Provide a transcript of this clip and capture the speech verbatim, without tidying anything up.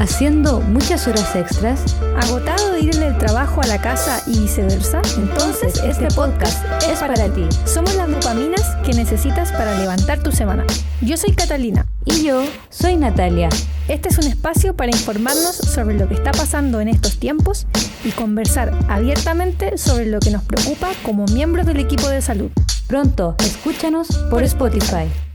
¿Haciendo muchas horas extras? ¿Agotado de ir del trabajo a la casa y viceversa? Entonces este podcast es para ti. Somos las dopaminas que necesitas para levantar tu semana. Yo soy Catalina. Y yo soy Natalia. Este es un espacio para informarnos sobre lo que está pasando en estos tiempos y conversar abiertamente sobre lo que nos preocupa como miembros del equipo de salud. Pronto, escúchanos por Spotify.